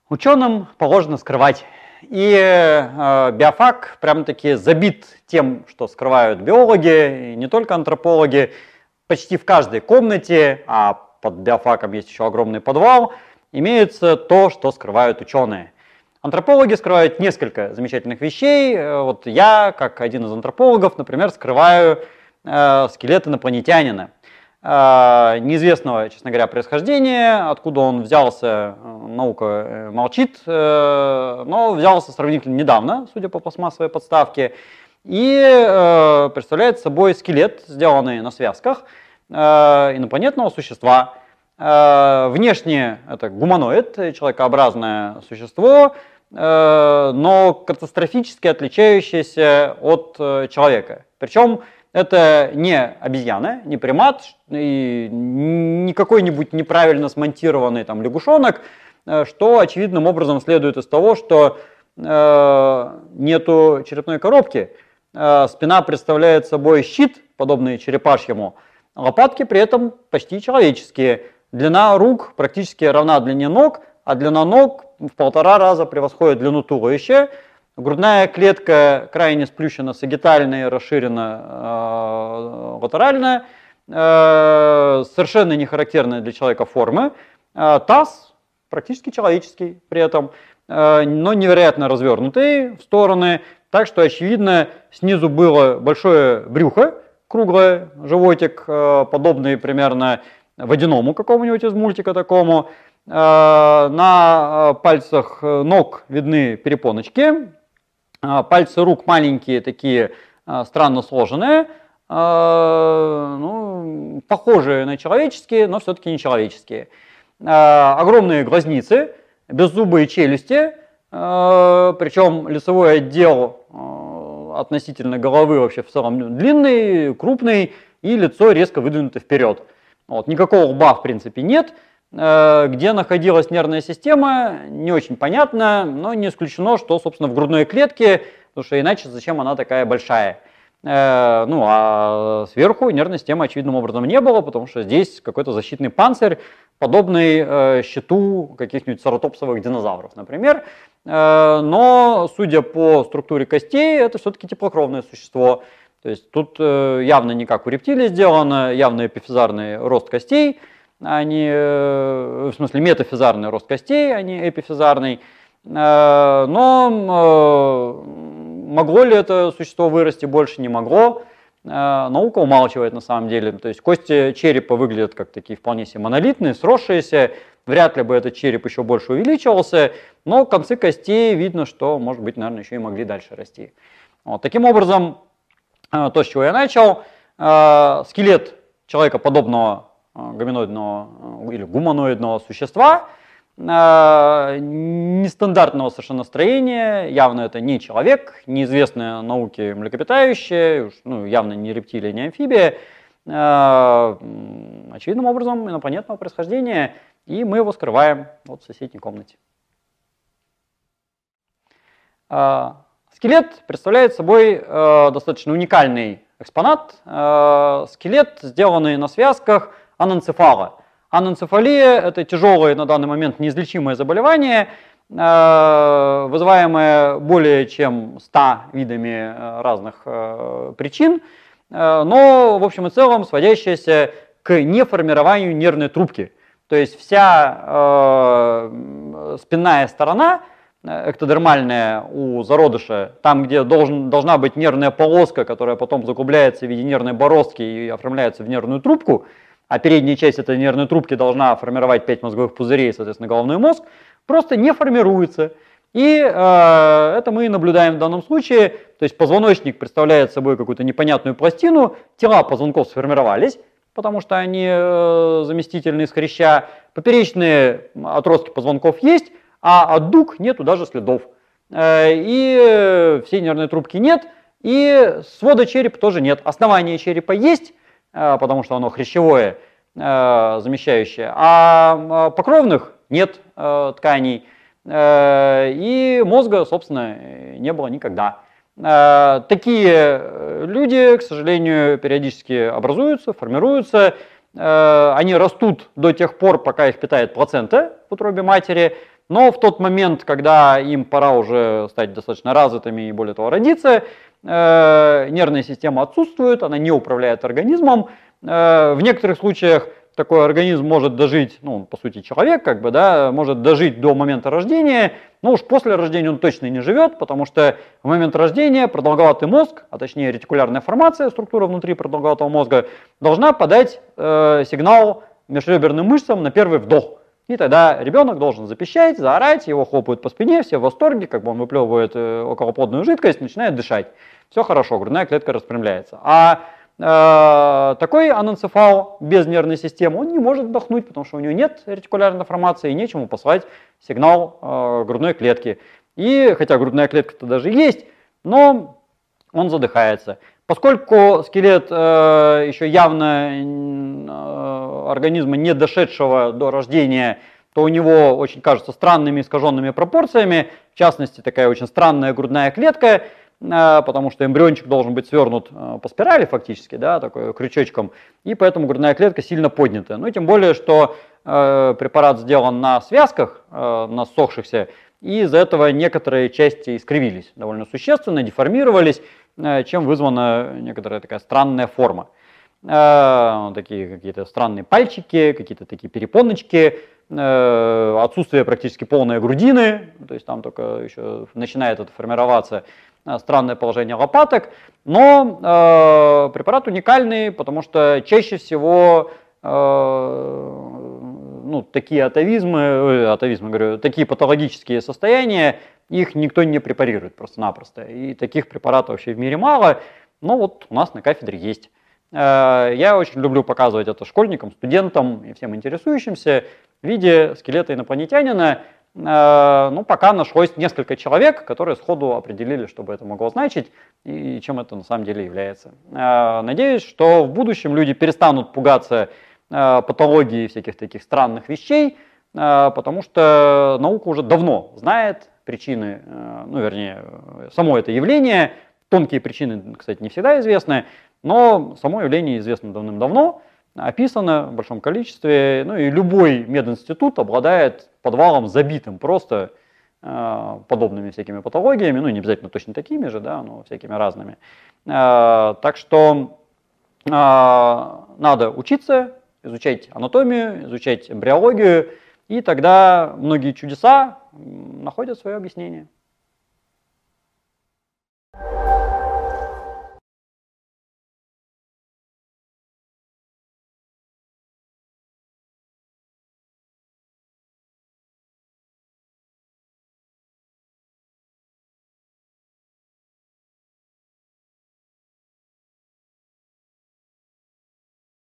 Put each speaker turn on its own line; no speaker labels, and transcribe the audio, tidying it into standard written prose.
Ученым положено скрывать. И биофак прям-таки забит тем, что скрывают биологи, и не только антропологи. Почти в каждой комнате, а под биофаком есть еще огромный подвал, имеется то, что скрывают ученые. Антропологи скрывают несколько замечательных вещей. Вот я, как один из антропологов, например, скрываю скелет инопланетянина. Неизвестного, честно говоря, происхождения, откуда он взялся, наука молчит, но взялся сравнительно недавно, судя по пластмассовой подставке, и представляет собой скелет, сделанный на связках инопланетного существа. Внешне это гуманоид, человекообразное существо, но катастрофически отличающееся от человека. Причем это не обезьяна, не примат, и не какой-нибудь неправильно смонтированный там лягушонок, что очевидным образом следует из того, что нету черепной коробки, спина представляет собой щит, подобный черепашьему, лопатки при этом почти человеческие. Длина рук практически равна длине ног, а длина ног в 1,5 раза превосходит длину туловища. Грудная клетка крайне сплющена сагитально и расширена латерально, совершенно не характерная для человека формы. Таз практически человеческий при этом, но невероятно развернутый в стороны, так что очевидно снизу было большое брюхо, круглый животик, подобный примерно водяному какому-нибудь из мультика такому. На пальцах ног видны перепоночки. Пальцы рук маленькие, такие странно сложенные, похожие на человеческие, но все-таки не человеческие. Огромные глазницы, беззубые челюсти, причем лицевой отдел относительно головы вообще в целом длинный, крупный, и лицо резко выдвинуто вперед. Вот, никакого лба в принципе нет. Где находилась нервная система, не очень понятно, но не исключено, что, собственно, в грудной клетке, потому что иначе зачем она такая большая. А сверху нервной системы очевидным образом не было, потому что здесь какой-то защитный панцирь, подобный щиту каких-нибудь цератопсовых динозавров, например. Но, судя по структуре костей, это все-таки теплокровное существо. То есть тут явно не как у рептилий сделано, явно эпифизарный рост костей, в смысле метафизарный рост костей, а не эпифизарный. Но могло ли это существо вырасти, больше не могло. Наука умалчивает на самом деле. То есть кости черепа выглядят как такие вполне себе монолитные, сросшиеся. Вряд ли бы этот череп еще больше увеличивался, но концы костей видно, что, может быть, наверное, еще и могли дальше расти. Вот. Таким образом, то, с чего я начал, скелет человекоподобного гоминоидного или гуманоидного существа, нестандартного совершенно строения, явно это не человек, неизвестное науке млекопитающее, явно не рептилия, не амфибия, очевидным образом инопланетного происхождения, и мы его скрываем вот в соседней комнате. Скелет представляет собой достаточно уникальный экспонат, скелет, сделанный на связках аненцефала. Аненцефалия – это тяжелое на данный момент неизлечимое заболевание, вызываемое более чем 100 видами разных причин, но в общем и целом сводящееся к неформированию нервной трубки. То есть вся спинная сторона, эктодермальная у зародыша, там, где должна быть нервная полоска, которая потом закругляется в виде нервной бороздки и оформляется в нервную трубку, а передняя часть этой нервной трубки должна формировать 5 мозговых пузырей, соответственно, головной мозг, просто не формируется. И это мы наблюдаем в данном случае. То есть позвоночник представляет собой какую-то непонятную пластину, тела позвонков сформировались, потому что они заместительные из хряща, поперечные отростки позвонков есть, а от дуг нету даже следов. И всей нервной трубки нет, и свода черепа тоже нет. Основание черепа есть, потому что оно хрящевое, замещающее, а покровных нет тканей, и мозга, собственно, не было никогда. Такие люди, к сожалению, периодически образуются, формируются, они растут до тех пор, пока их питает плацента в утробе матери, но в тот момент, когда им пора уже стать достаточно развитыми и более того родиться, нервная система отсутствует, она не управляет организмом. В некоторых случаях такой организм может дожить, ну, по сути, человек, как бы, да, может дожить до момента рождения, но уж после рождения он точно не живет, потому что в момент рождения продолговатый мозг, а точнее ретикулярная формация, структура внутри продолговатого мозга, должна подать сигнал межреберным мышцам на первый вдох. И тогда ребенок должен запищать, заорать, его хлопают по спине, все в восторге, как бы он выплевывает околоплодную жидкость, начинает дышать. Все хорошо, грудная клетка распрямляется. Такой аненцефал без нервной системы, он не может вдохнуть, потому что у него нет ретикулярной формации и нечему послать сигнал грудной клетки. И хотя грудная клетка-то даже есть, но он задыхается. Поскольку скелет еще явно организма, не дошедшего до рождения, то у него очень кажется странными искаженными пропорциями, в частности такая очень странная грудная клетка, потому что эмбриончик должен быть свернут по спирали фактически, да, такой крючочком, и поэтому грудная клетка сильно поднята. Ну, тем более, что препарат сделан на связках, на ссохшихся, и из-за этого некоторые части искривились довольно существенно, деформировались, чем вызвана некоторая такая странная форма. Такие какие-то странные пальчики, какие-то такие перепоночки, отсутствие практически полной грудины, то есть там только еще начинает это формироваться, странное положение лопаток, но препарат уникальный, потому что чаще всего такие такие патологические состояния, их никто не препарирует просто-напросто. И таких препаратов вообще в мире мало, но вот у нас на кафедре есть. Я очень люблю показывать это школьникам, студентам и всем интересующимся в виде скелета инопланетянина. Пока нашлось несколько человек, которые сходу определили, что бы это могло значить и чем это на самом деле является. Надеюсь, что в будущем люди перестанут пугаться патологии всяких таких странных вещей, потому что наука уже давно знает причины, само это явление. Тонкие причины, кстати, не всегда известны, но само явление известно давным-давно, описано в большом количестве, и любой мединститут обладает подвалом забитым просто подобными всякими патологиями, не обязательно точно такими же, да, но всякими разными. Так что надо учиться, изучать анатомию, изучать эмбриологию, и тогда многие чудеса находят свое объяснение.